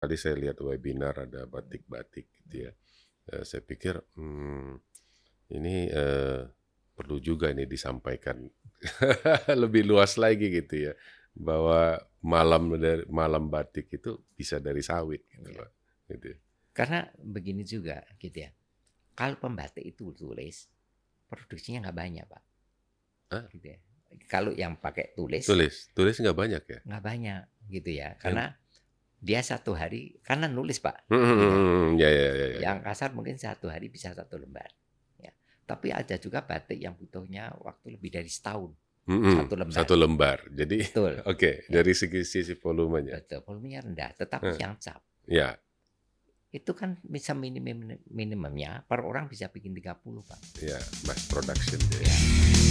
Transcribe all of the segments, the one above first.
Tadi saya lihat webinar ada batik-batik gitu ya. Saya pikir ini perlu juga ini disampaikan lebih luas lagi gitu ya, bahwa malam batik itu bisa dari sawit gitu Iya. Pak, gitu ya. Karena begini juga gitu ya. Kalau pembatik itu tulis, produksinya nggak banyak Pak. Hah? Gitu ya. Kalau yang pakai tulis Tulis nggak banyak ya? nggak banyak gitu ya. Yang Karena dia satu hari karena nulis Pak, gitu ya. ya ya ya ya Yang ya. kasar mungkin satu hari bisa satu lembar. Ya. Tapi ada juga batik yang butuhnya waktu lebih dari setahun satu lembar. Satu lembar. Jadi Betul. oke, Ya, dari sisi volumenya. betul. Volumenya rendah, tetapi Heh, yang cap ya, itu kan bisa minimumnya per orang bisa bikin 30 Pak. ya, mass production ya. Ya.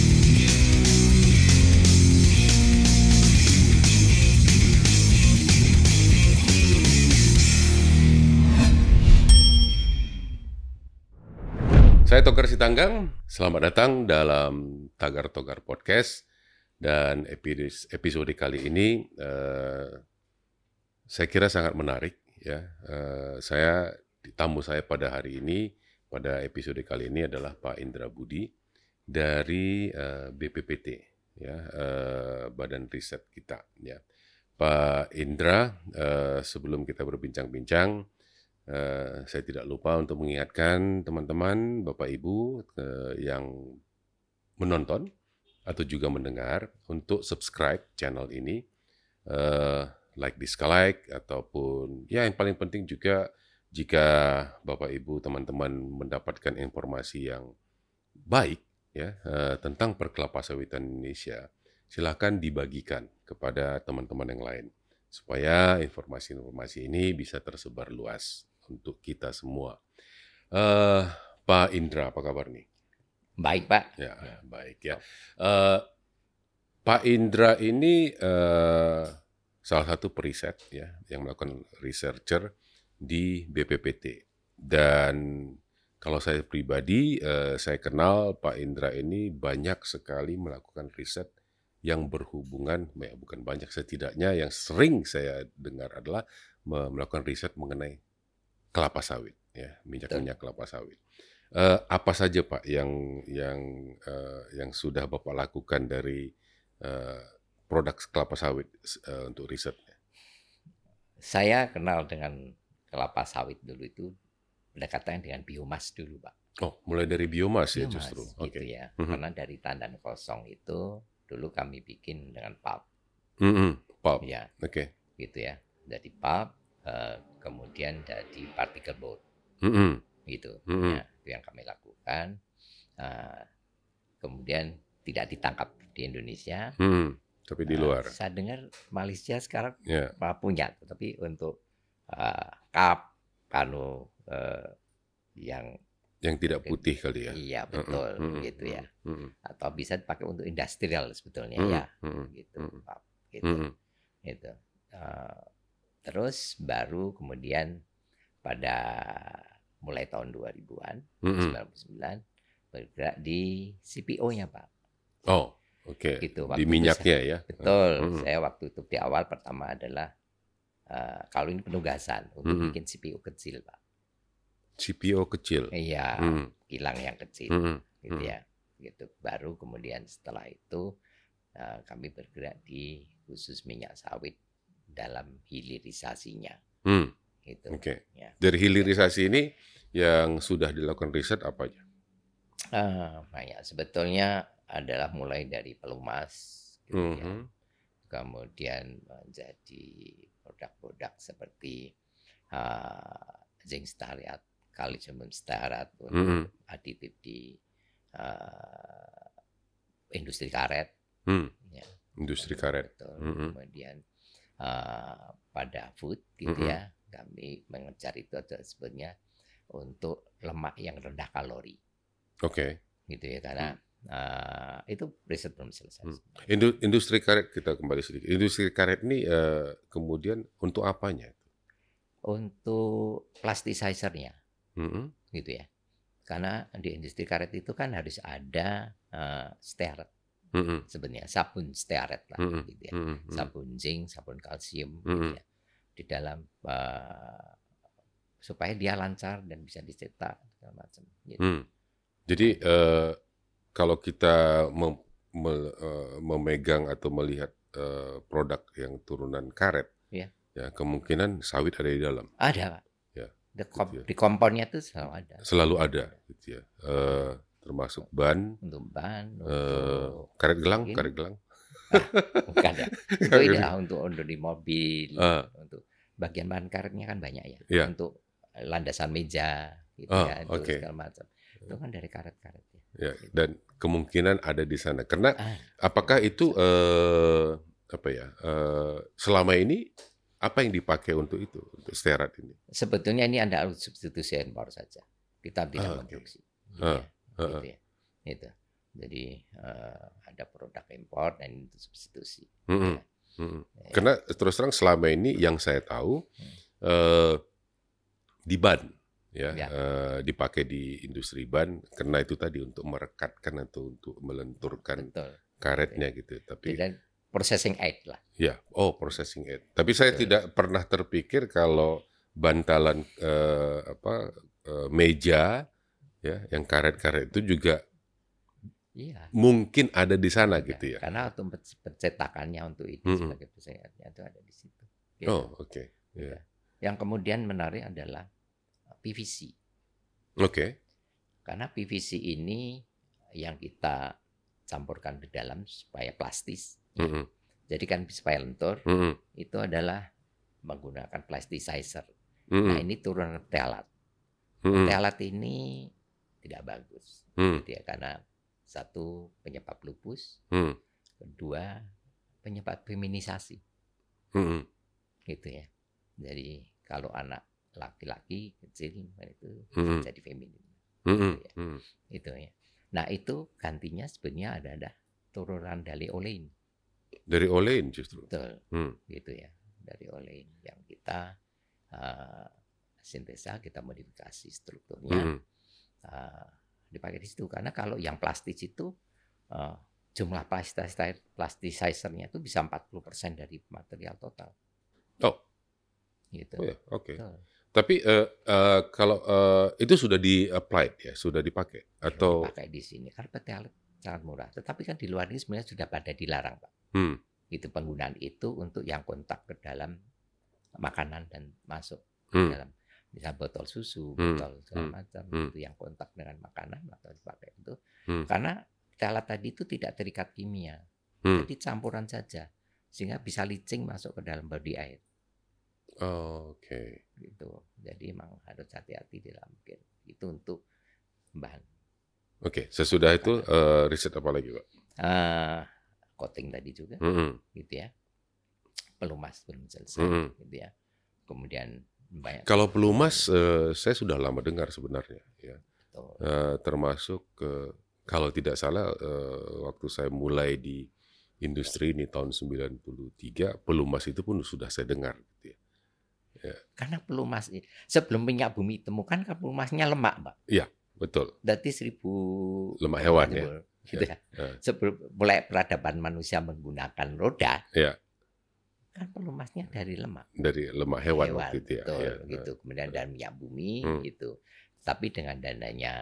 Saya Togar Sitanggang, selamat datang dalam Tagar Togar Podcast. Dan episode kali ini saya kira sangat menarik ya. Tamu saya pada hari ini, pada episode kali ini adalah Pak Indra Budi dari BPPT ya, Badan Riset kita ya. Pak Indra, sebelum kita berbincang-bincang, saya tidak lupa untuk mengingatkan teman-teman, Bapak Ibu yang menonton atau juga mendengar untuk subscribe channel ini, like, dislike, ataupun ya yang paling penting juga jika Bapak Ibu teman-teman mendapatkan informasi yang baik ya tentang perkelapa sawitan Indonesia, silakan dibagikan kepada teman-teman yang lain supaya informasi-informasi ini bisa tersebar luas untuk kita semua. Eh, Pak Indra, apa kabar nih? Baik Pak. Ya, Ya. baik ya. Eh, Pak Indra ini salah satu periset ya yang melakukan researcher di BPPT. Dan kalau saya pribadi, saya kenal Pak Indra ini banyak sekali melakukan riset yang berhubungan, ya bukan banyak, setidaknya yang sering saya dengar adalah melakukan riset mengenai kelapa sawit, ya Betul. minyak-minyak kelapa sawit. Apa saja Pak yang sudah Bapak lakukan dari eh, produk kelapa sawit untuk risetnya? Saya kenal dengan kelapa sawit dulu itu pendekatan dengan biomas dulu Pak. Oh, mulai dari biomas ya justru. Biomas gitu Oke. ya. Mhm. Karena dari tandan kosong itu dulu kami bikin dengan pulp Mhm. Pulp. ya, Oke. gitu ya. Dari pulp kemudian jadi particle board Mhm. gitu Mhm. ya. Itu yang kami lakukan. Eh, kemudian tidak ditangkap di Indonesia. Mhm. Tapi di luar. Saya dengar Malaysia sekarang Ya, punya, tetapi untuk cup, kanu yang yang tidak putih kali ya. iya Heeh. betul Mhm. gitu ya. Mhm. Mhm. Atau bisa dipakai untuk industrial sebetulnya Mhm. ya, Mhm. gitu, Mhm. Pak, gitu, Mhm. gitu. Eh, terus baru kemudian pada mulai tahun 2000-an, Mhm. 99 bergerak di CPO-nya Pak. Oh, oke. Gitu Di waktu itu minyaknya ya. betul. Mhm. Saya waktu itu di awal pertama adalah kalau ini penugasan untuk Mhm. bikin CPU kecil Pak. CPO kecil. Iya, Mhm. kilang yang kecil Mhm. gitu Mhm. ya. Gitu. Baru kemudian setelah itu kami bergerak di khusus minyak sawit dalam hilirisasinya Hmm. gitu Oke. ya. Dari Ya. hilirisasi ini yang sudah dilakukan riset apa aja? Banyak sebetulnya adalah mulai dari pelumas gitu ya. Mhm. Kemudian menjadi produk-produk seperti zinc stearat, kalsium stearat Mhm. untuk aditif di uh, industri karet, Hmm. ya, Industri karet. betul. Mhm. Kemudian pada food gitu Mhm. ya, kami mengejar itu adalah sebenarnya untuk lemak yang rendah kalori, Oke. gitu ya, karena Hmm. itu riset belum selesai Hmm. sebenarnya. Industri karet, kita kembali sedikit. Industri karet ini kemudian untuk apanya? Untuk plasticizernya, Mhm. gitu ya. Karena di industri karet itu kan harus ada stearat Mhm. sebenarnya, sabun stearat lah Mhm. gitu ya. Mhm. Mhm. Sabun zinc, sabun kalsium gitu Mhm. ya. di dalam supaya dia lancar dan bisa dicetak segala macam. Gitu. Jadi kalau kita memegang atau melihat produk yang turunan karet, Ya. ya kemungkinan sawit ada di dalam. Ada, Pak. Ya, Di komponnya itu selalu ada. Selalu ada, gitu ya. Termasuk ban, Untuk ban, untuk karet gelang, mungkin karet gelang. bukan ya. Itu ini untuk di mobil, untuk bagian bahan karetnya kan banyak ya. Iya. Untuk landasan meja, gitu ya, itu Oke. segala macam. Itu kan dari karet-karet ya. Ya, dan kemungkinan ada di sana. Karena apakah ada itu selama ini apa yang dipakai untuk itu, untuk stearat ini? Sebetulnya ini ada substitusi impor saja. Kita tidak produksi. Gitu ya. Gitu ya. Itu. Jadi ada produk impor dan itu substitusi. Ya. Karena terus terang selama ini yang saya tahu di ban, ya, dipakai di industri ban karena itu tadi untuk merekatkan atau untuk melenturkan karetnya gitu. Tapi dan processing aid lah. Ya, processing aid. Tapi saya tidak pernah terpikir kalau bantalan meja, ya, yang karet-karet itu juga mungkin ada di sana gitu ya. Karena untuk pencetakannya untuk itu sebagai persaingannya itu ada di situ. Gitu. Oke. Yeah. Yang kemudian menarik adalah PVC. Oke. Karena PVC ini yang kita campurkan ke dalam supaya plastis. Jadi kan supaya lentur, itu adalah menggunakan plasticizer. Nah ini turunan phthalate. Phthalate ini tidak bagus, gitu ya, karena satu penyebab lupus, kedua penyebab feminisasi, gitu ya. Jadi kalau anak laki-laki kecil itu bisa jadi feminin, gitu ya. Itu ya. Nah itu gantinya sebenarnya ada turunan dari olein. Dari olein justru. Betul, gitu ya. Dari olein yang kita sintesa, kita modifikasi strukturnya, dipakai di situ. Karena kalau yang plastis itu jumlah plasticizernya itu bisa 40% dari material total. Gitu. Oh ya, oke. Tapi kalau itu sudah di-applied ya, sudah dipakai atau dipakai di sini karena phthalate sangat murah. Tetapi kan di luar ini sebenarnya sudah pada dilarang, Pak. Itu penggunaan itu untuk yang kontak ke dalam makanan dan masuk ke dalam, misal botol susu, botol segala macam, itu yang kontak dengan makanan atau dipakai itu. Karena phthalate tadi itu tidak terikat kimia, jadi campuran saja sehingga bisa licin masuk ke dalam body air. Oke. Gitu. Jadi memang harus hati-hati dalam itu untuk bahan. Oke, sesudah itu riset apa lagi, Pak? Coating tadi juga, gitu ya. Pelumas belum selesai, gitu ya. Kemudian banyak. Kalau pelumas, saya sudah lama dengar sebenarnya, ya. Termasuk kalau tidak salah waktu saya mulai di industri ini tahun 93, pelumas itu pun sudah saya dengar, gitu ya. Ya. Karena pelumas sebelum minyak bumi ditemukan kan pelumasnya lemak, Pak. Iya, betul. Berarti 1000 lemak hewan ya. Gitu ya. Sebelum mulai peradaban manusia menggunakan roda. Ya. Kan pelumasnya dari lemak. Dari lemak hewan waktu itu ya. Betul, gitu. Kemudian dan minyak bumi gitu. Tapi dengan dananya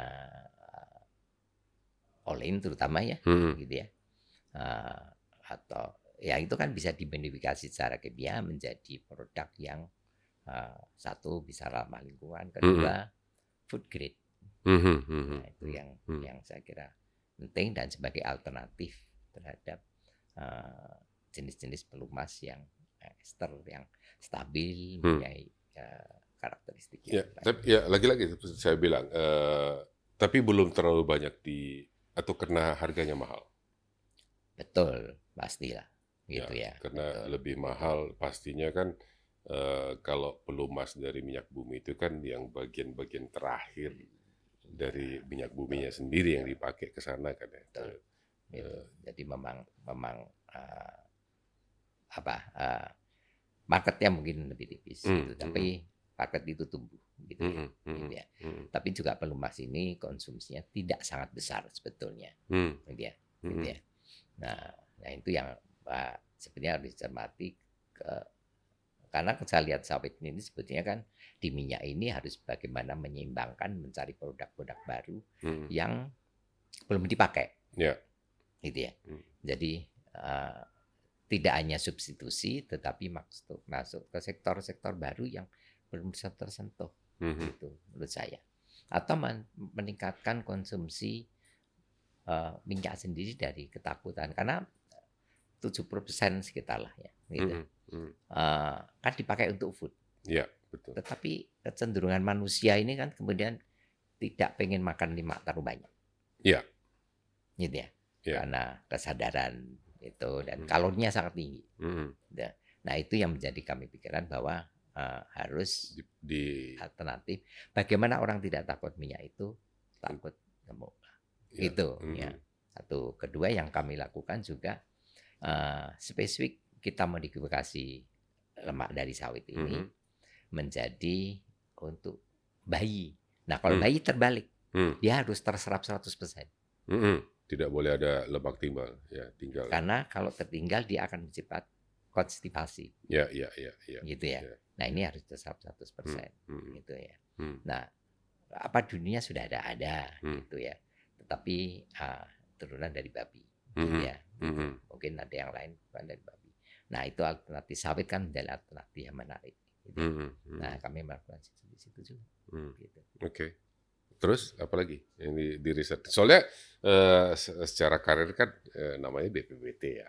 olein terutama ya, gitu ya. Atau ya itu kan bisa dimodifikasi secara kimia menjadi produk yang satu bisa ramah lingkungan, kedua food grade. Nah, itu yang saya kira penting dan sebagai alternatif terhadap jenis-jenis pelumas yang ester yang stabil, mempunyai karakteristik yang tapi ya lagi-lagi saya bilang tapi belum terlalu banyak atau karena harganya mahal. Betul, pastilah gitu ya. Karena lebih mahal pastinya kan. Kalau pelumas dari minyak bumi itu kan yang bagian-bagian terakhir dari minyak buminya sendiri yang dipakai ke sana kan ya. Jadi memang marketnya mungkin lebih tipis, gitu. Tapi market itu tumbuh, gitu ya. Gitu ya. Tapi juga pelumas ini konsumsinya tidak sangat besar sebetulnya, gitu ya. Gitu ya. Nah itu yang sebenarnya harus dicermati Karena saya lihat sawit ini sebetulnya kan di minyak ini harus bagaimana menyeimbangkan, mencari produk-produk baru yang belum dipakai, gitu ya. Jadi tidak hanya substitusi, tetapi masuk ke sektor-sektor baru yang belum bisa tersentuh, gitu menurut saya. Atau meningkatkan konsumsi minyak sendiri dari ketakutan, karena 70% sekitar lah ya, gitu. Kan dipakai untuk food. Ya, betul. Tetapi kecenderungan manusia ini kan kemudian tidak pengen makan lemak terlalu banyak. Iya. Gitu ya. Karena kesadaran itu dan kalorinya sangat tinggi. Nah, itu yang menjadi kami pikiran bahwa harus di alternatif. Bagaimana orang tidak takut minyak itu, takut gemuk. Gitu ya. Satu. Kedua yang kami lakukan juga spesifik kita modifikasi lemak dari sawit ini menjadi untuk bayi. Nah, kalau bayi terbalik, dia harus terserap 100%. Tidak boleh ada lemak tinggal, ya, tinggal. Karena kalau tertinggal dia akan bersifat konstipasi. Ya. Gitu ya. Nah, ini harus terserap 100%. Gitu ya. Nah, apa dunia sudah ada gitu ya. Tetapi turunan dari babi. Gitu ya. Mungkin ada yang lain bukan dari babi. Nah, itu alternatif sawit kan menjadi alternatif yang menarik. Gitu. Nah, kami melakukan di situ juga. Gitu. Oke. Terus apa lagi yang di riset? Soalnya secara karir kan namanya BPPT ya.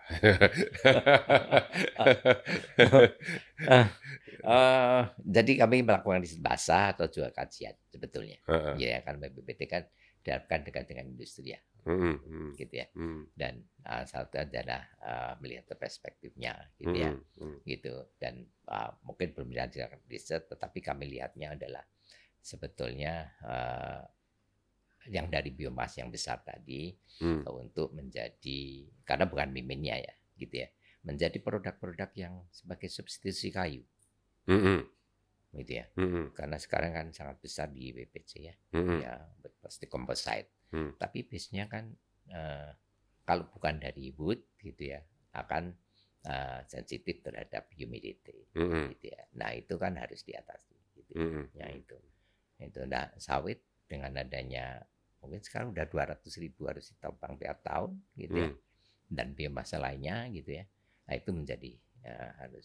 Jadi kami melakukan riset basah atau juga kajian sebetulnya. Ya kan BPPT kan diharapkan dekat dengan industri ya. Gitu ya. Dan satu adalah melihat perspektifnya gitu ya. Gitu. Dan mungkin belum dilakukan riset, tetapi kami lihatnya adalah sebetulnya yang dari biomas yang besar tadi untuk menjadi, karena bukan miminnya ya, gitu ya, menjadi produk-produk yang sebagai substitusi kayu, gitu ya. Karena sekarang kan sangat besar di WPC ya, ya plastik composite. Tapi biasanya kan kalau bukan dari wood, gitu ya, akan sensitif terhadap humidity, gitu ya. Nah itu kan harus diatasi, gitu ya. Nah, sawit dengan adanya mungkin sekarang udah 200.000 harus ditopang tiap tahun gitu ya, dan biomasa lainnya gitu ya. Nah itu menjadi harus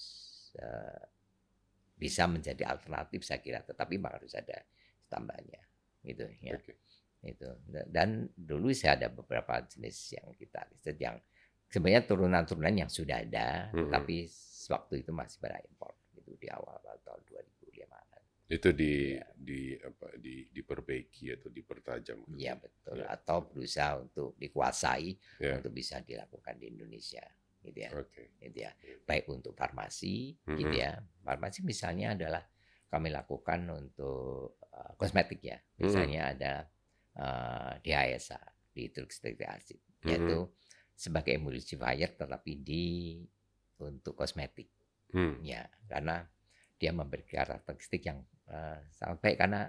bisa menjadi alternatif saya kira, tetapi harus ada tambahannya gitu ya. Itu. Dan dulu saya ada beberapa jenis yang kita riset yang sebenarnya turunan-turunan yang sudah ada, tapi waktu itu masih berimpor gitu di awal tahun 2005. Itu diperbaiki atau dipertajam. Iya betul. Ya. Atau berusaha untuk dikuasai untuk bisa dilakukan di Indonesia, gitu ya. Gitu ya. Baik untuk farmasi, gitu ya. Farmasi misalnya adalah kami lakukan untuk kosmetik ya. Misalnya ada DHSA, dihydroxystearic acid, yaitu sebagai emulsifier tetapi untuk kosmetik. Ya, karena dia memberi karakteristik yang sangat baik karena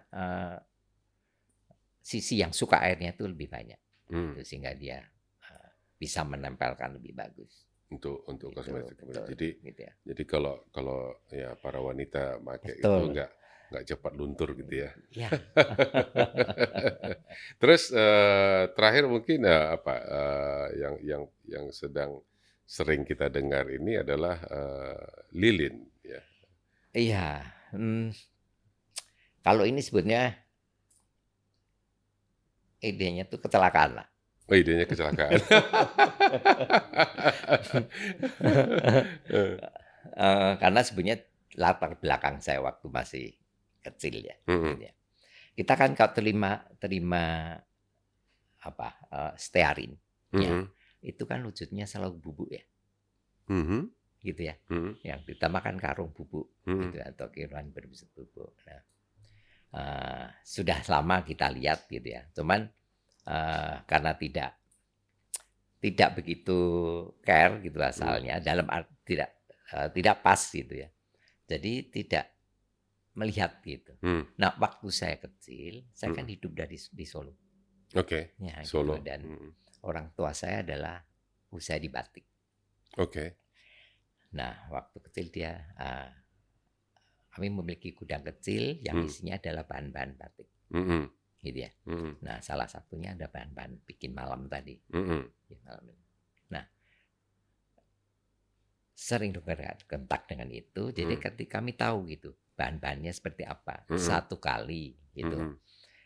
sisi yang suka airnya itu lebih banyak, sehingga dia bisa menempelkan lebih bagus untuk kosmetik. Betul, jadi gitu ya. Jadi kalau ya para wanita pakai itu nggak cepat luntur gitu ya. Ya. Terus terakhir mungkin yang sedang sering kita dengar ini adalah lilin ya. Iya. Kalau ini sebetulnya idenya tuh kecelakaan lah. Oh, idenya kecelakaan. Karena sebenarnya latar belakang saya waktu masih kecil ya. Kita kan kalau terima stearin, ya, itu kan wujudnya selalu bubuk ya. Gitu ya. Yang ditambahkan karung bubuk gitu, atau kiruan berbentuk bubuk. Nah, sudah lama kita lihat gitu ya. Cuman karena tidak begitu care gitu asalnya, dalam arti tidak pas gitu ya. Jadi tidak melihat gitu. Nah, waktu saya kecil, saya kan hidup di Solo. Ya, Solo. Gitu. Dan orang tua saya adalah usaha di batik. Nah, waktu kecil dia kami memiliki gudang kecil yang isinya adalah bahan-bahan batik, gitu ya. Nah, salah satunya ada bahan-bahan bikin malam tadi. Bikin malam. Nah, sering kontak dengan itu. Jadi ketika kami tahu gitu bahan-bahannya seperti apa, satu kali gitu.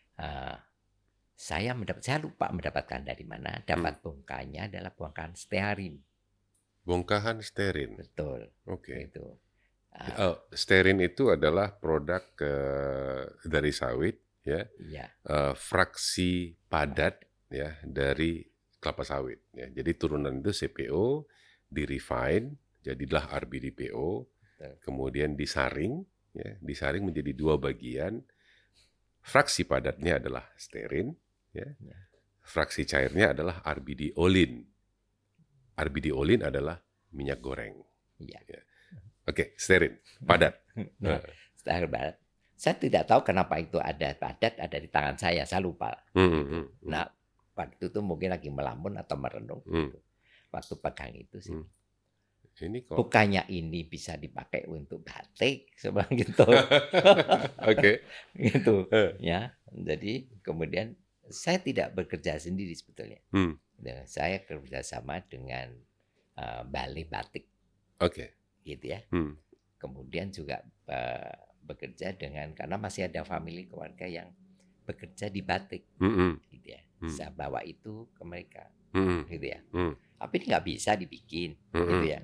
Saya lupa mendapatkan dari mana. Dapat bongkahannya adalah bongkahan stearin. Bongkahan stearin. Betul. Oke. Itu. Stearin itu adalah produk dari sawit, ya. Iya. Fraksi padat, ya, dari kelapa sawit. Ya. Jadi turunan itu CPO, di-refine, jadilah RBDPO, kemudian disaring, ya, disaring menjadi 2 bagian. Fraksi padatnya adalah stearin, ya. Fraksi cairnya adalah RBD olin. RBD olin adalah minyak goreng. Iya. Ya. Oke, stearin, padat. Nah, stearin padat. Saya tidak tahu kenapa itu ada padat, ada di tangan saya lupa. Nah, waktu itu mungkin lagi melamun atau merenung. Waktu pegang itu sih. Ini kok. Bukannya ini bisa dipakai untuk batik, seperti gitu. Oke. Gitu, ya. Jadi kemudian saya tidak bekerja sendiri sebetulnya. Saya kerjasama dengan Balai Batik. Oke. Gitu ya. Kemudian juga bekerja dengan, karena masih ada family keluarga yang bekerja di batik, gitu ya. Saya bawa itu ke mereka, gitu ya. Tapi ini nggak bisa dibikin, gitu ya.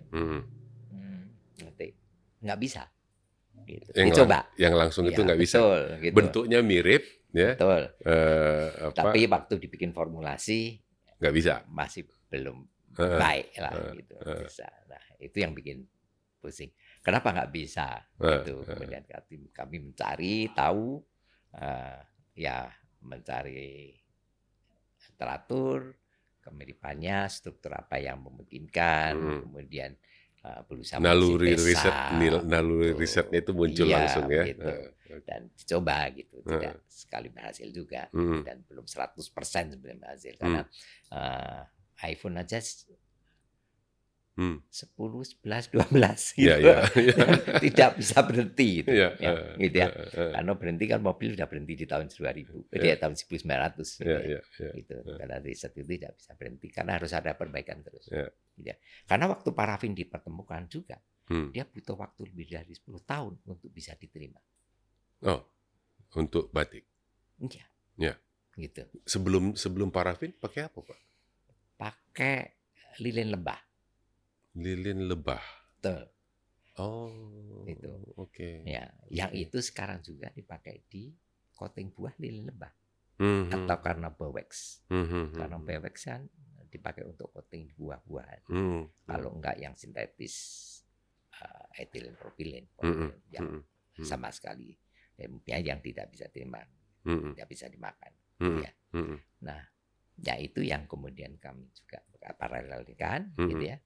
Nggak bisa. Gitu. Dicoba. Yang langsung itu nggak bisa. Betul, gitu. Bentuknya mirip, ya. Betul. Tapi waktu dibikin formulasi nggak bisa. Masih belum baik lah, gitu. Bisa. Nah, itu yang bikin pusing. Kenapa nggak bisa? Gitu. Kemudian kami mencari tahu, ya mencari teratur, kemiripannya, struktur apa yang memungkinkan, kemudian berusaha naluri mensintesa. risetnya itu muncul langsung, ya. Gitu. Dan dicoba gitu, tidak sekali berhasil juga, dan belum 100% sebelum berhasil, karena iPhone aja 10, 11, 12 gitu. Tidak bisa berhenti gitu, gitu ya. Karena berhenti kan mobil sudah berhenti di tahun 2000, tahun 1900 gitu. Karena riset itu tidak bisa berhenti karena harus ada perbaikan terus. Gitu ya. Karena waktu parafin dipertemukan juga, dia butuh waktu lebih dari 10 tahun untuk bisa diterima. Oh, untuk batik. Iya. Ya. Gitu. Sebelum parafin pakai apa, Pak? Pakai lilin lebah. Lilin lebah. Betul. Oh. Itu. Oke. Ya, yang itu sekarang juga dipakai di coating buah lilin lebah. Atau karena bewex. Karena bewex kan dipakai untuk coating buah-buahan. Kalau enggak yang sintetis etilen propilin yang sama sekali yang tidak bisa terima, tidak bisa dimakan. Ya. Nah, ya itu yang kemudian kami juga paralelkan, gitu ya.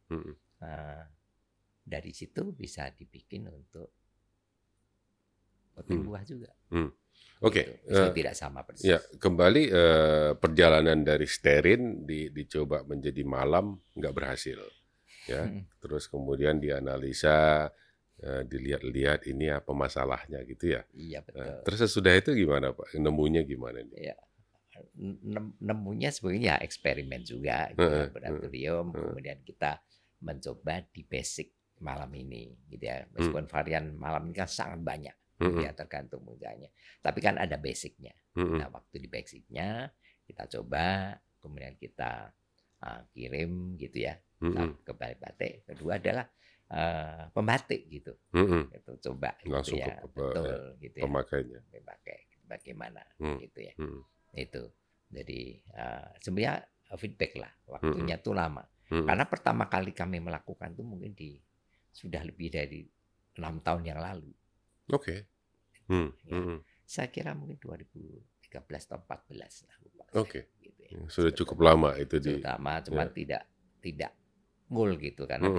Dari situ bisa dibikin untuk coating buah juga. Oke. Gitu. Tidak sama persis. Ya, kembali perjalanan dari stearin dicoba menjadi malam, nggak berhasil. Ya, terus kemudian dianalisa, dilihat-lihat ini apa masalahnya gitu ya. Iya, betul. Terus sesudah itu gimana, Pak? Nemunya gimana nih? Ya, nemunya sebenarnya eksperimen juga, gitu, laboratorium. Kemudian kita mencoba di basic malam ini, gitu ya. Meskipun varian malam ini kan sangat banyak, gitu ya, tergantung mudahnya. Tapi kan ada basicnya. Nah, waktu di basicnya kita coba, kemudian kita kirim, gitu ya, ke Balai Batik. Kedua adalah pembatik, gitu. Itu coba, langsung gitu ya. Betul, gitu ya. Pemakainya. Bagaimana, gitu ya. Itu. Jadi sebenarnya feedback lah, waktunya tuh lama. Karena pertama kali kami melakukan tuh mungkin sudah lebih dari 6 tahun yang lalu. Oke. Ya. Saya kira mungkin 2013 atau 2014 lah. Oke. Gitu ya. Sudah cukup lama itu cukup lama, cuma tidak full gitu, karena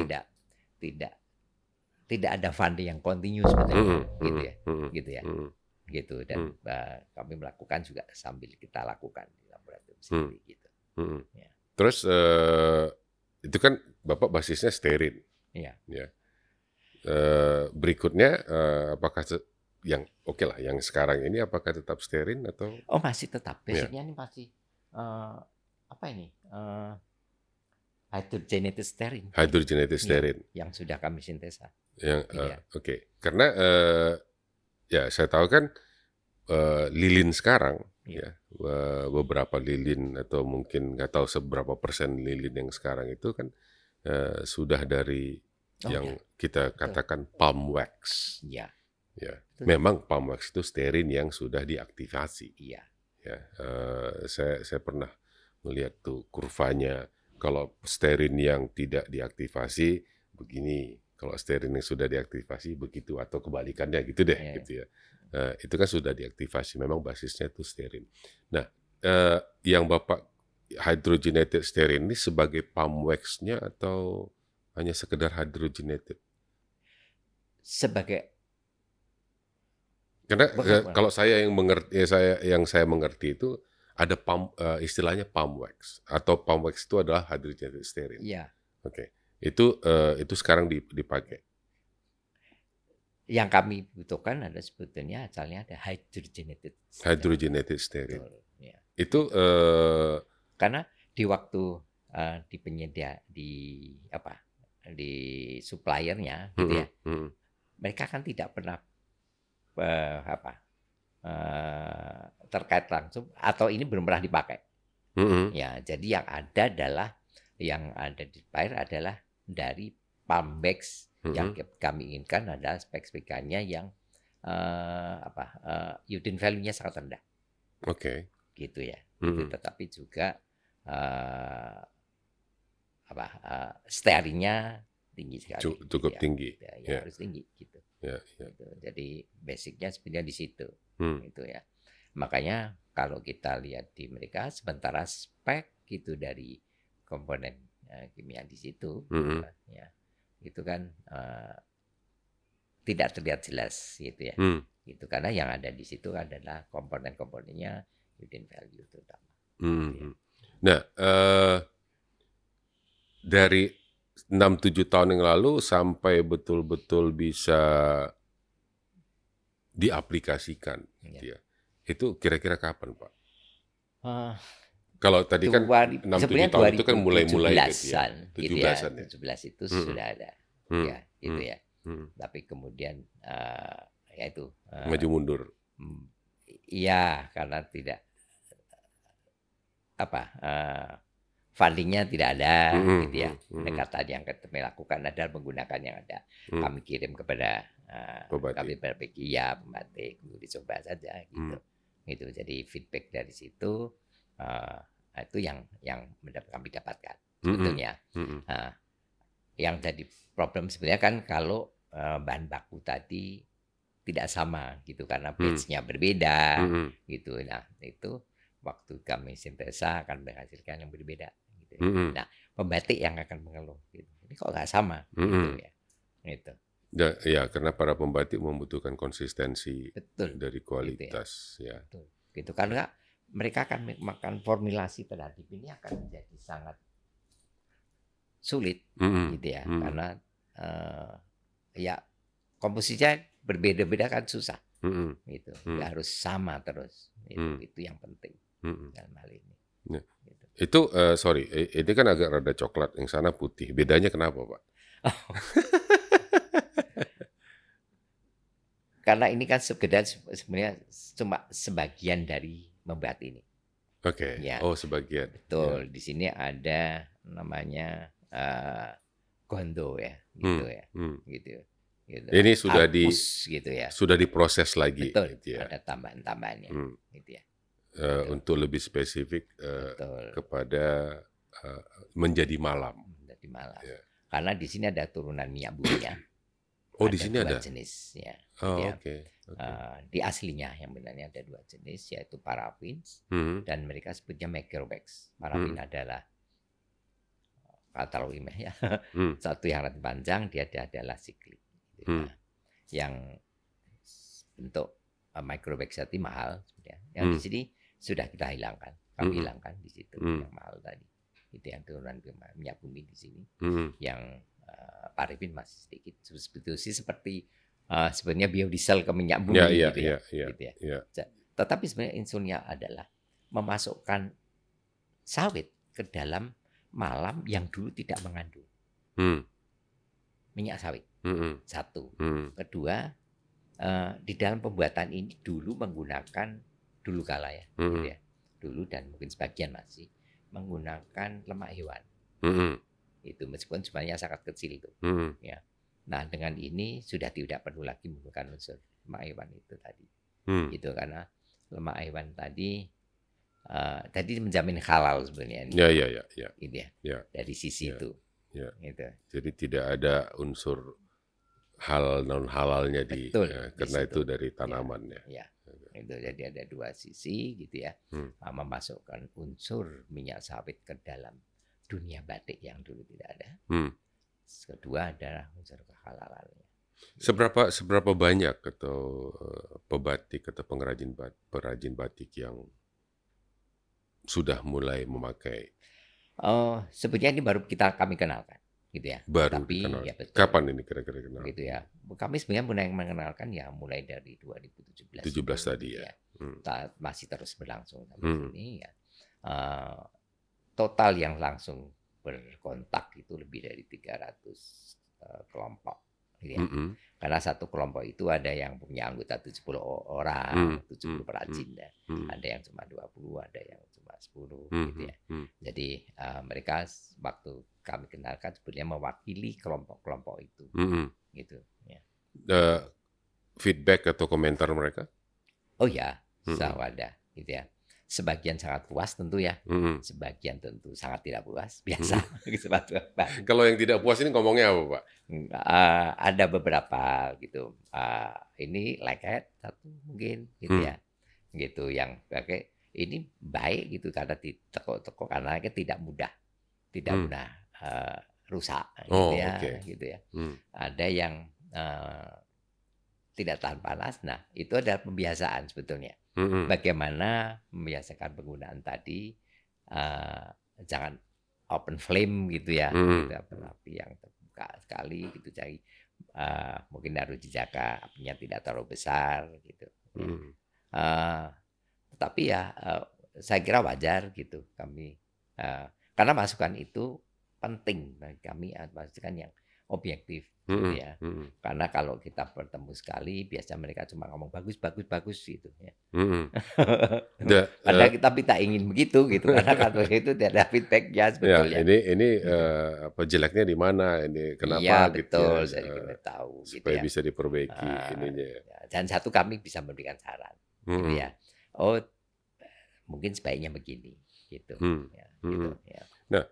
tidak ada funding yang continue sebetulnya, gitu ya. Gitu ya. Gitu, dan kami melakukan juga sambil kita lakukan di laboratorium sendiri, gitu. Ya. Terus itu kan Bapak basisnya stearin. Iya. Ya. Berikutnya apakah yang oke lah, yang sekarang ini apakah tetap sterin atau Oh, masih tetap. ya Basicnya ini masih apa ini? Hydrogenated stearin. hydrogenated Ya, sterin yang sudah kami sintesa. yang Iya, oke. Karena ya saya tahu kan lilin sekarang iya. ya beberapa lilin atau mungkin nggak tahu seberapa persen lilin yang sekarang itu kan sudah dari Oh ya, yang kita betul. katakan palm wax. Iya, Ya, betul. memang palm wax itu sterin yang sudah diaktifasi. Iya, Ya, saya pernah melihat tuh kurvanya. Kalau sterin yang tidak diaktifasi begini, kalau sterin yang sudah diaktifasi begitu atau kebalikannya gitu deh, iya. gitu ya. Itu kan sudah diaktifasi, memang basisnya itu sterin. Nah, yang Bapak hydrogenated sterin ini sebagai palm wax-nya atau hanya sekedar hydrogenated? Sebagai Karena bukan. kalau saya yang mengerti, saya mengerti itu ada istilahnya palm wax atau palm wax itu adalah hydrogenated sterin. Iya. Oke, itu sekarang dipakai Yang kami butuhkan ada sebetulnya asalnya ada hydrogenated stearin. hydrogenated sterin. Betul. Ya. Itu Karena di waktu di penyedia di suppliernya gitu ya, mereka kan tidak pernah terkait langsung atau ini belum pernah dipakai. Ya, jadi yang ada di supplier adalah dari palm wax yang kami inginkan adalah spesifikasinya yang iodine value-nya sangat rendah. Oke. Gitu ya. Gitu, tetapi juga stearinnya tinggi sekali. Cukup gitu ya. tinggi. Ya, harus tinggi gitu. Ya. Gitu. Jadi basicnya sebenarnya di situ. Gitu ya. Makanya kalau kita lihat di mereka sementara spek gitu dari komponen kimia di situ ya, itu kan tidak terlihat jelas gitu ya. Gitu karena yang ada di situ adalah komponen-komponennya iodine value terutama. Gitu ya. Nah, dari 6-7 tahun yang lalu sampai betul-betul bisa diaplikasikan, gitu ya. Itu kira-kira kapan, Pak? Kalau tadi kan 6-7 sebenarnya tahun itu kan mulai-mulai gitu ya. 2017-an gitu ya. 17-an ya. 17 itu sudah ada ya gitu ya. Tapi kemudian ya itu maju mundur. iya karena tidak fundingnya tidak ada gitu ya. Pendekatan yang kami lakukan adalah menggunakan yang ada. Kami kirim kepada kami berpikir ya pembatik dicoba saja gitu. Gitu. Jadi feedback dari situ itu yang kami dapatkan sebetulnya. Yang jadi problem sebenarnya kan kalau bahan baku tadi tidak sama gitu karena batch-nya berbeda gitu. Nah, itu waktu kami sintesa akan menghasilkan yang berbeda gitu. Nah, pembatik yang akan mengeluh gitu. Ini kok nggak sama gitu ya. Gitu. Ya, karena para pembatik membutuhkan konsistensi dari kualitas gitu ya. Betul. Gitu karena mereka akan makan formulasi terhadap ini akan menjadi sangat sulit gitu ya. Karena ya komposisinya berbeda-beda kan susah. Gitu. Nggak harus sama terus. Itu yang penting dalam hal ini. Ya. Gitu. Itu sorry, ini kan agak rada coklat, yang sana putih. Bedanya kenapa, Pak? Karena ini kan sebenarnya cuma sebagian dari membuat ini. Oke. Ya. Oh, sebagian. Betul. Ya. Di sini ada namanya gondo ya, gitu ya. Gitu. Ini sudah gitu ya. Sudah diproses lagi. Betul. Gitu ya. Ada tambahan-tambahannya. Gitu ya. Untuk lebih spesifik kepada menjadi malam. Menjadi malam. Ya. Karena di sini ada turunan minyak bumi ya. Oh, di sini ada jenis ya. Oh, gitu ya. Okay. Di aslinya yang benarnya ada 2 jenis yaitu parafin dan mereka sebutnya microbex. Parafin adalah katalogimnya ya. Satu yang rata panjang dia adalah siklik. Gitu ya. Yang bentuk microbex tadi mahal sebenarnya. Yang di sini sudah kita hilangkan. Kami hilangkan di situ yang mahal tadi. Itu yang turunan minyak bumi di sini. Yang parafin masih sedikit. Sebetulnya sih seperti sebenarnya biodiesel ke minyak Ya, bumi ya, gitu ya, ya, ya, gitu ya. ya. Tetapi sebenarnya insunnya adalah memasukkan sawit ke dalam malam yang dulu tidak mengandung Hmm, minyak sawit. hmm, Satu. hmm, Kedua, di dalam pembuatan ini dulu menggunakan dulu kala ya, gitu hmm, ya. Dulu dan mungkin sebagian masih menggunakan lemak hewan. hmm, Itu meskipun sebenarnya sangat kecil itu, hmm, ya. Nah, dengan ini sudah tidak perlu lagi menggunakan unsur lemak hewan itu tadi. hmm. Gitu karena lemak hewan tadi menjamin halal sebenarnya ini, Ya, ya, ya, ya, gitu ya. ya, Dari sisi ya, itu, ya. gitu. Jadi tidak ada unsur hal non halalnya Betul di karena situ. itu dari Ya, tanaman ya. ya. Itu jadi ada dua sisi gitu ya. Hmm, Memasukkan unsur minyak sawit ke dalam dunia batik yang dulu tidak ada. hmm. Kedua adalah unsur kehalalannya. Seberapa banyak atau pebatik atau perajin batik yang sudah mulai memakai, Oh, sebetulnya ini baru kami kenalkan, gitu ya. baru Tapi dikenal? ya betul, Kapan ini kira-kira kenal? gitu ya. Kami sebenarnya mulai mengenalkan ya mulai dari 2017 itu, 17 tadi gitu ya. ya. Hmm, Masih terus berlangsung sampai hmm, sini ya. Eh, Total yang langsung berkontak itu lebih dari 300 kelompok, gitu ya. hmm, hmm, Karena satu kelompok itu ada yang punya anggota 70 hmm, orang, 70 hmm, hmm, perajin ya. hmm, Ada yang cuma 20, ada yang cuma 10 hmm, gitu ya. hmm, Jadi mereka waktu kami kenalkan sebenarnya mewakili kelompok-kelompok itu, hmm, hmm. gitu ya. Eh, Feedback atau komentar mereka? Oh ya, Hmm, hmm, selalu ada, gitu ya. Sebagian sangat puas tentu ya, hmm, hmm. sebagian tentu sangat tidak puas, Hmm. biasa. Sepatu baru. Kalau yang tidak puas ini ngomongnya apa, Pak? Ada beberapa gitu. Ini leket satu mungkin gitu Hmm, ya, gitu yang pakai ini baik gitu karena ditekuk-tekuk karena tidak mudah, tidak hmm. mudah rusak gitu Oh, ya, oke. gitu ya. Hmm, Ada yang tidak tahan panas. Nah, itu adalah pembiasaan sebetulnya. hmm, hmm, Bagaimana membiasakan penggunaan tadi, eh, jangan open flame gitu ya, gitu hmm, api yang terbuka sekali gitu. Jadi mungkin harus dijaga apinya tidak terlalu besar gitu. Ya. hmm, Eh, Tetapi ya saya kira wajar gitu kami karena masukan itu penting bagi kami, masukan yang objektif gitu hmm, ya. hmm, Karena kalau kita bertemu sekali biasa mereka cuma ngomong bagus bagus bagus gitu ya. hmm. Da- Padahal kita ingin begitu gitu karena kalau itu tidak ada feedbacknya Ya, sebetulnya ini gitu. apa jeleknya di mana, ini Iya kenapa gitu ya, betul, jadi kita tahu gitu supaya ya. bisa diperbaiki ininya. Ya. Dan satu kami bisa memberikan saran gitu Hmm, ya. Oh mungkin sebaiknya begini gitu hmm, ya, gitu hmm. ya. Nah,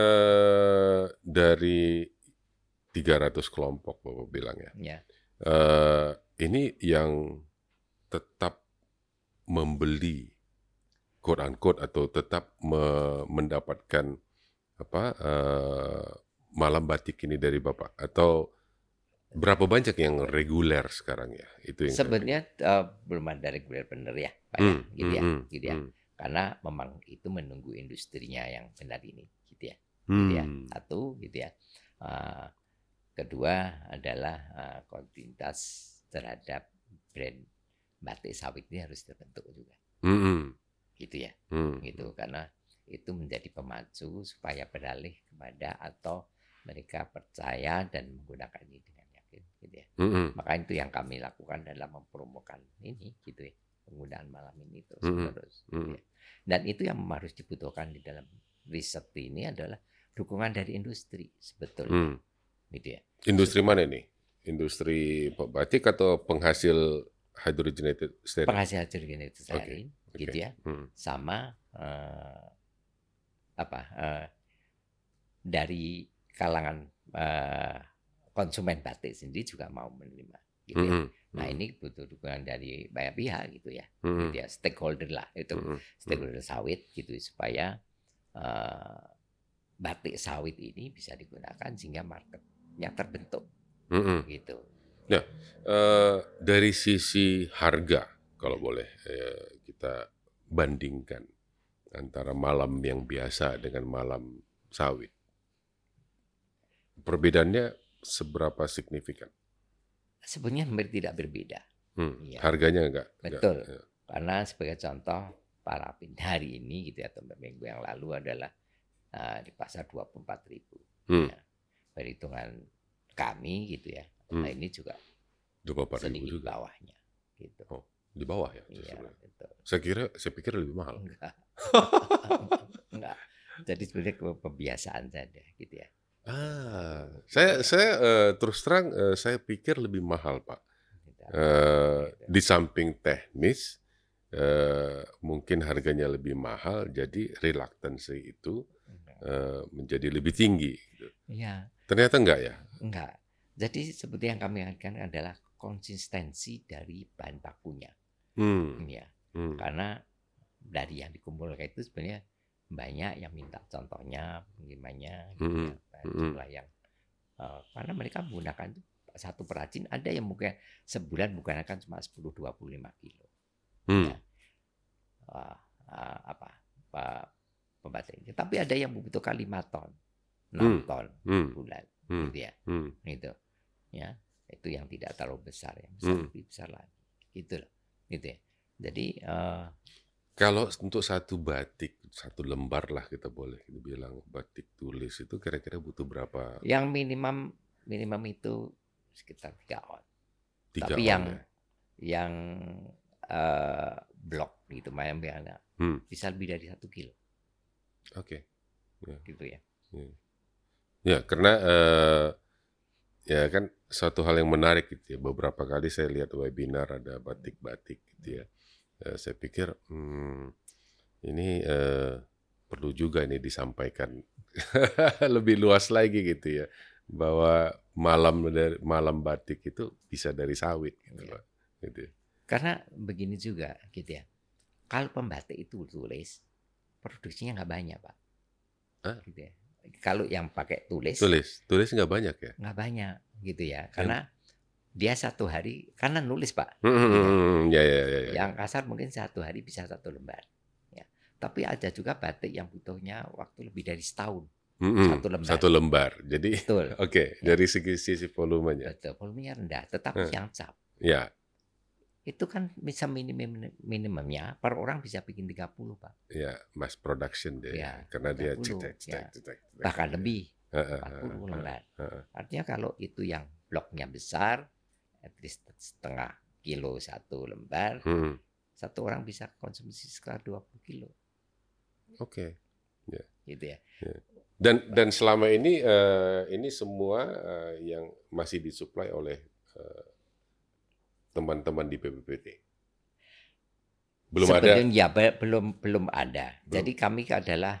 dari 300 kelompok Bapak bilang ya, Ya. ini yang tetap membeli quote unquote atau tetap mendapatkan apa malam batik ini dari Bapak atau berapa banyak yang reguler sekarang ya? Itu yang saya Sebenarnya pengen. belum ada reguler benar ya, Pak ya, Hmm, gitu hmm, ya, hmm, gitu ya. hmm, Karena memang itu menunggu industrinya yang benar ini, gitu ya, gitu ya. hmm, Satu, gitu ya. Eh, Kedua adalah kontinuitas terhadap brand batik sawit ini harus terbentuk juga, hmm, gitu ya, hmm, gitu. Karena itu menjadi pemacu supaya beralih kepada atau mereka percaya dan menggunakan ini dengan yakin, gitu ya. hmm, hmm, Maka itu yang kami lakukan dalam mempromokan ini gitu ya, penggunaan malam ini terus hmm, menerus gitu hmm, ya. Dan itu yang harus dibutuhkan di dalam riset ini adalah dukungan dari industri sebetulnya hmm. gitu ya. Industri mana ini? Industri batik atau penghasil hydrogenated stearin? Penghasil hidrogen itu Oke, oke. gitu ya, Hmm, sama apa dari kalangan konsumen batik sendiri juga mau menerima gitu ya. hmm, Nah hmm, ini butuh dukungan dari banyak pihak gitu ya, hmm, gitu ya, stakeholder lah itu, hmm, hmm, stakeholder sawit gitu supaya batik sawit ini bisa digunakan sehingga marketnya terbentuk hmm, hmm. gitu. Nah, dari sisi harga, kalau Ya. boleh kita bandingkan antara malam yang biasa dengan malam sawit, perbedaannya seberapa signifikan? Sebenarnya hampir tidak berbeda. Ya, Harganya enggak. betul. Karena sebagai contoh parafin hari ini gitu ya, atau minggu yang lalu adalah di pasar 24.000. Ya, perhitungan kami gitu ya. Nah, ini juga 24.000 sedikit juga. bawahnya gitu. Oh, di bawah ya Iya, justru. betul. Saya pikir lebih mahal. Enggak. Enggak. Jadi sebenarnya kebiasaan saja gitu ya. Saya terus terang saya pikir lebih mahal, Pak. Di samping teknis, mungkin harganya lebih mahal, jadi reluctancy itu menjadi lebih tinggi. Gitu. Iya. Ternyata enggak ya? Enggak. Jadi seperti yang kami ingatkan adalah konsistensi dari bahan bakunya. Ya. Karena dari yang dikumpulkan itu sebenarnya banyak yang minta contohnya bagaimana gitu ya, jumlah yang karena mereka menggunakan itu satu perajin, ada yang mungkin sebulan menggunakan cuma 10-25 kilo ya, pembatik. Tapi ada yang membutuhkan 5 ton 6 ton bulan gitu ya, gitu ya, itu yang tidak terlalu besar, yang besar lebih besar lagi gitu loh, gitu ya. Jadi kalau untuk satu batik, satu lembar lah kita boleh bilang batik tulis itu kira-kira butuh berapa? Yang minimum itu sekitar 3 on. 3 Tapi on ya? yang blok gitu, mainnya bisa lebih dari 1 kilo. Oke. Ya. Gitu ya. Ya, karena ya kan suatu hal yang menarik gitu ya. Beberapa kali saya lihat webinar ada batik-batik gitu ya. Saya pikir ini perlu juga ini disampaikan lebih luas lagi gitu ya, bahwa malam batik itu bisa dari sawit gitu loh. Gitu. Karena begini juga gitu ya. Kalau pembatik itu tulis, produksinya nggak banyak, Pak. Gitu ya. Kalau yang pakai tulis nggak banyak ya? Nggak banyak gitu ya. Karena dia satu hari, karena nulis Pak. Ya. Yang kasar mungkin satu hari bisa 1 lembar. Ya. Tapi ada juga batik yang butuhnya waktu lebih dari setahun. 1 lembar. 1 lembar. Jadi, betul. Oke, ya. Dari sisi volumenya. Betul, volumenya rendah. Tetapi yang cap, ya. itu kan bisa minimumnya per orang bisa bikin 30, Pak. Ya, mass production deh. Ya, karena 30, dia cetek. Bahkan lebih, 40 lembar. Artinya kalau itu yang bloknya besar, at least setengah kilo 1 lembar, satu orang bisa konsumsi sekitar 20 kilo. Oke. Ya. Gitu ya. Dan selama ini semua yang masih disuplai oleh teman-teman di BPPT. Belum Sebetulnya ada. belum ada. Jadi kami adalah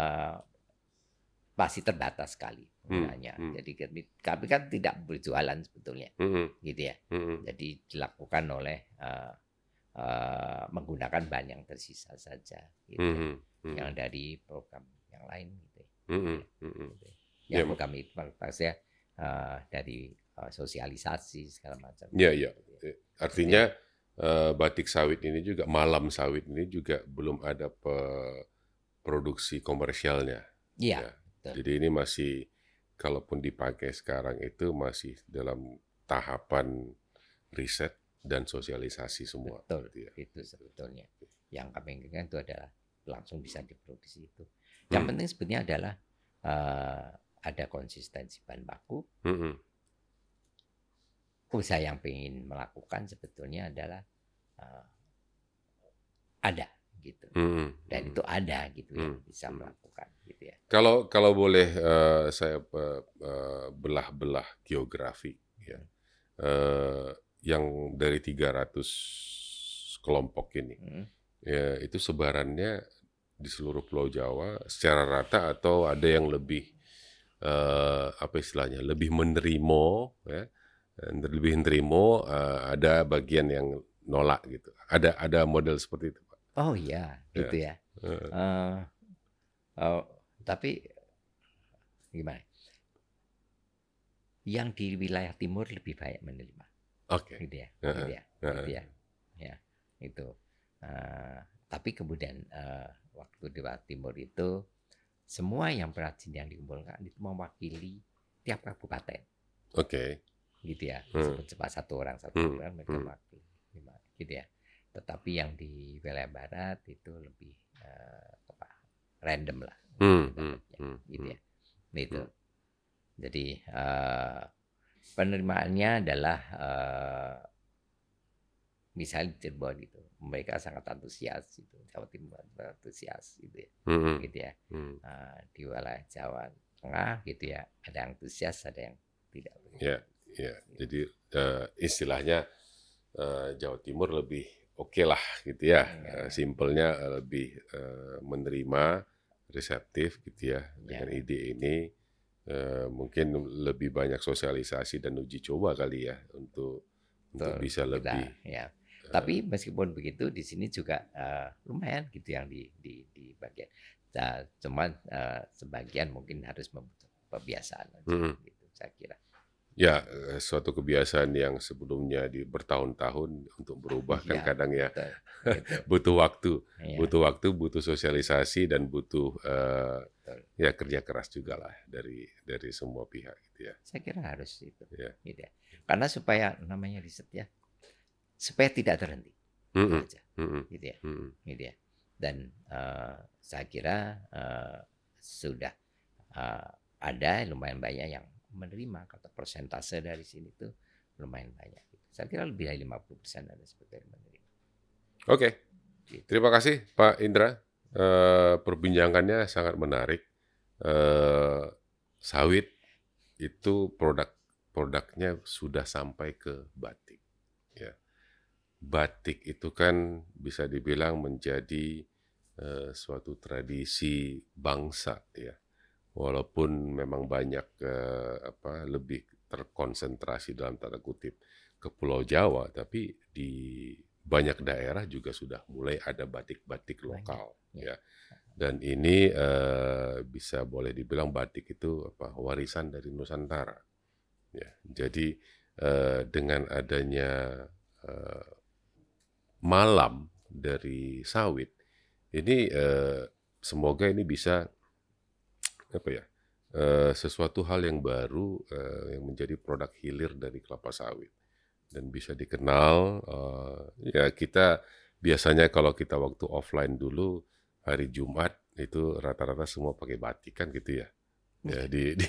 masih terbatas sekali penggunanya. Jadi kami kan tidak berjualan sebetulnya, gitu ya. Jadi dilakukan oleh menggunakan bahan yang tersisa saja, gitu ya. Yang dari program yang lain, gitu ya. Yang program itu maksudnya dari sosialisasi segala macam. Iya. Artinya batik sawit ini juga, malam sawit ini juga belum ada produksi komersialnya. Iya. Ya. Jadi ini masih, kalaupun dipakai sekarang itu masih dalam tahapan riset dan sosialisasi semua. Betul, gitu ya. itu sebetulnya. Yang kami inginkan itu adalah langsung bisa diproduksi itu. Yang penting sebenarnya adalah ada konsistensi bahan baku. Usaha yang ingin melakukan sebetulnya adalah ada gitu, dan itu ada gitu yang bisa melakukan gitu ya. Kalau boleh saya belah-belah geografi ya, yang dari 300 kelompok ini, ya itu sebarannya di seluruh Pulau Jawa secara rata atau ada yang lebih apa istilahnya, lebih menerima ya, ada bagian yang nolak gitu. Ada model seperti itu, Pak. Oh iya, gitu ya. Tapi gimana? Yang di wilayah timur lebih banyak menerima. Oke. Gitu ya. Gitu ya. Ya, itu. Tapi kemudian waktu di wilayah timur itu semua yang perajin yang dikumpulkan itu mewakili tiap kabupaten. Oke. gitu ya, Hmm. cepat satu orang mereka pakai 5 gitu ya. Tetapi yang di wilayah barat itu lebih random lah dapatnya gitu ya. Nah, itu. Jadi penerimaannya adalah misalnya di Cirebon gitu, mereka sangat antusias gitu, Jawa Timur antusias gitu ya, gitu ya. Di wilayah Jawa Tengah gitu ya, ada yang antusias, ada yang tidak. Ya, ya. Jadi istilahnya Jawa Timur lebih oke lah gitu ya, simpelnya lebih menerima, reseptif gitu ya dengan ide ini. Mungkin lebih banyak sosialisasi dan uji coba kali ya untuk bisa lebih. Ya. Tapi meskipun begitu di sini juga lumayan gitu yang di bagian. Cuman sebagian mungkin harus membutuhkan pembiasaan aja gitu, saya kira. Ya, suatu kebiasaan yang sebelumnya bertahun-tahun untuk berubah kan kadang ya butuh waktu, butuh sosialisasi dan butuh ya kerja keras juga lah dari semua pihak gitu ya. Saya kira harus itu. Gitu ya. Karena supaya namanya riset ya, supaya tidak terhenti. Itu aja. Gitu ya. Gitu ya. Dan saya kira sudah ada lumayan banyak yang menerima, kata persentase dari sini tuh lumayan banyak. Saya kira lebih dari 50% ada seperti yang menerima. Oke. Terima kasih Pak Indra. Perbincangannya sangat menarik. Sawit itu produknya sudah sampai ke batik. Ya. Batik itu kan bisa dibilang menjadi suatu tradisi bangsa ya. Walaupun memang banyak lebih terkonsentrasi dalam tanda kutip ke Pulau Jawa, tapi di banyak daerah juga sudah mulai ada batik-batik lokal ya. Dan ini bisa boleh dibilang batik itu warisan dari Nusantara. Ya, jadi dengan adanya malam dari sawit ini semoga ini bisa sesuatu hal yang baru yang menjadi produk hilir dari kelapa sawit dan bisa dikenal. Ya kita biasanya kalau kita waktu offline dulu hari Jumat itu rata-rata semua pakai batik kan gitu ya. Ya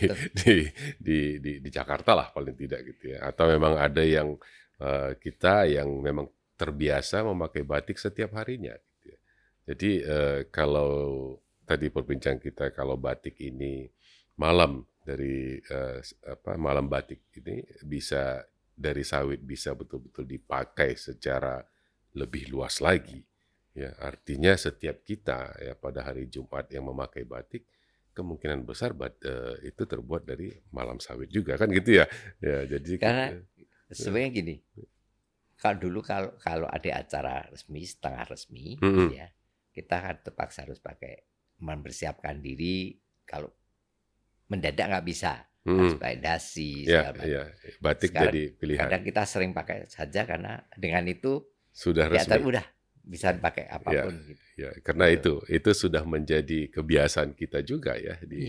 di Jakarta lah paling tidak gitu ya. Atau memang ada yang kita yang memang terbiasa memakai batik setiap harinya gitu ya. Jadi kalau tadi perbincangan kita kalau batik ini malam dari malam batik ini bisa dari sawit bisa betul-betul dipakai secara lebih luas lagi. Ya, artinya setiap kita ya pada hari Jumat yang memakai batik kemungkinan besar itu terbuat dari malam sawit juga kan gitu ya. Ya, jadi karena sebenarnya gini, kalau dulu kalau ada acara resmi, setengah resmi, gitu ya, kita kan terpaksa harus mempersiapkan diri. Kalau mendadak nggak bisa, harus pakai dasi segala macam. Batik Sekarang jadi pilihan. kadang kita sering pakai saja karena dengan itu sudah resmi. udah bisa dipakai apapun gitu. Ya, karena itu sudah menjadi kebiasaan kita juga ya di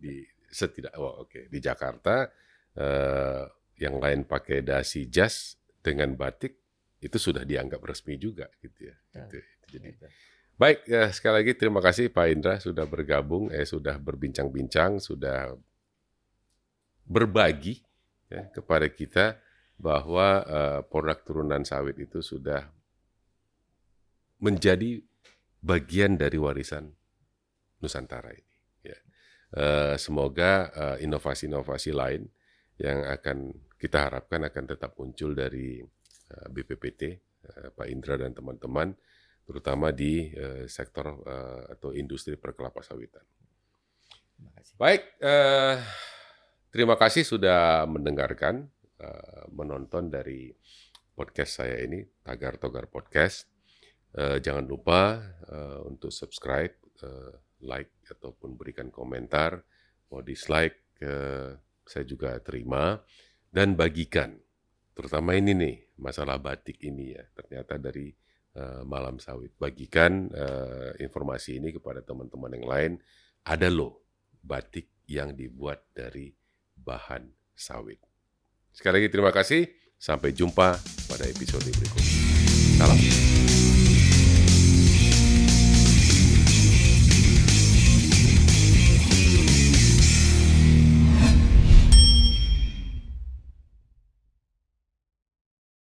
Jakarta yang lain pakai dasi jas dengan batik itu sudah dianggap resmi juga gitu ya. Jadi baik ya, sekali lagi terima kasih Pak Indra sudah bergabung sudah berbincang-bincang, sudah berbagi ya, kepada kita bahwa produk turunan sawit itu sudah menjadi bagian dari warisan Nusantara ini. Ya. Semoga inovasi-inovasi lain yang akan kita harapkan akan tetap muncul dari BPPT, Pak Indra dan teman-teman, terutama di sektor atau industri perkelapa sawitan. Baik, terima kasih sudah mendengarkan, menonton dari podcast saya ini, Tagar Togar Podcast. Jangan lupa untuk subscribe, like, ataupun berikan komentar. Mau dislike, saya juga terima. Dan bagikan, terutama ini nih, masalah batik ini ya, ternyata dari Malam Sawit. Bagikan informasi ini kepada teman-teman yang lain. Ada loh batik yang dibuat dari bahan sawit. Sekali lagi terima kasih. Sampai jumpa pada episode berikutnya. Salam.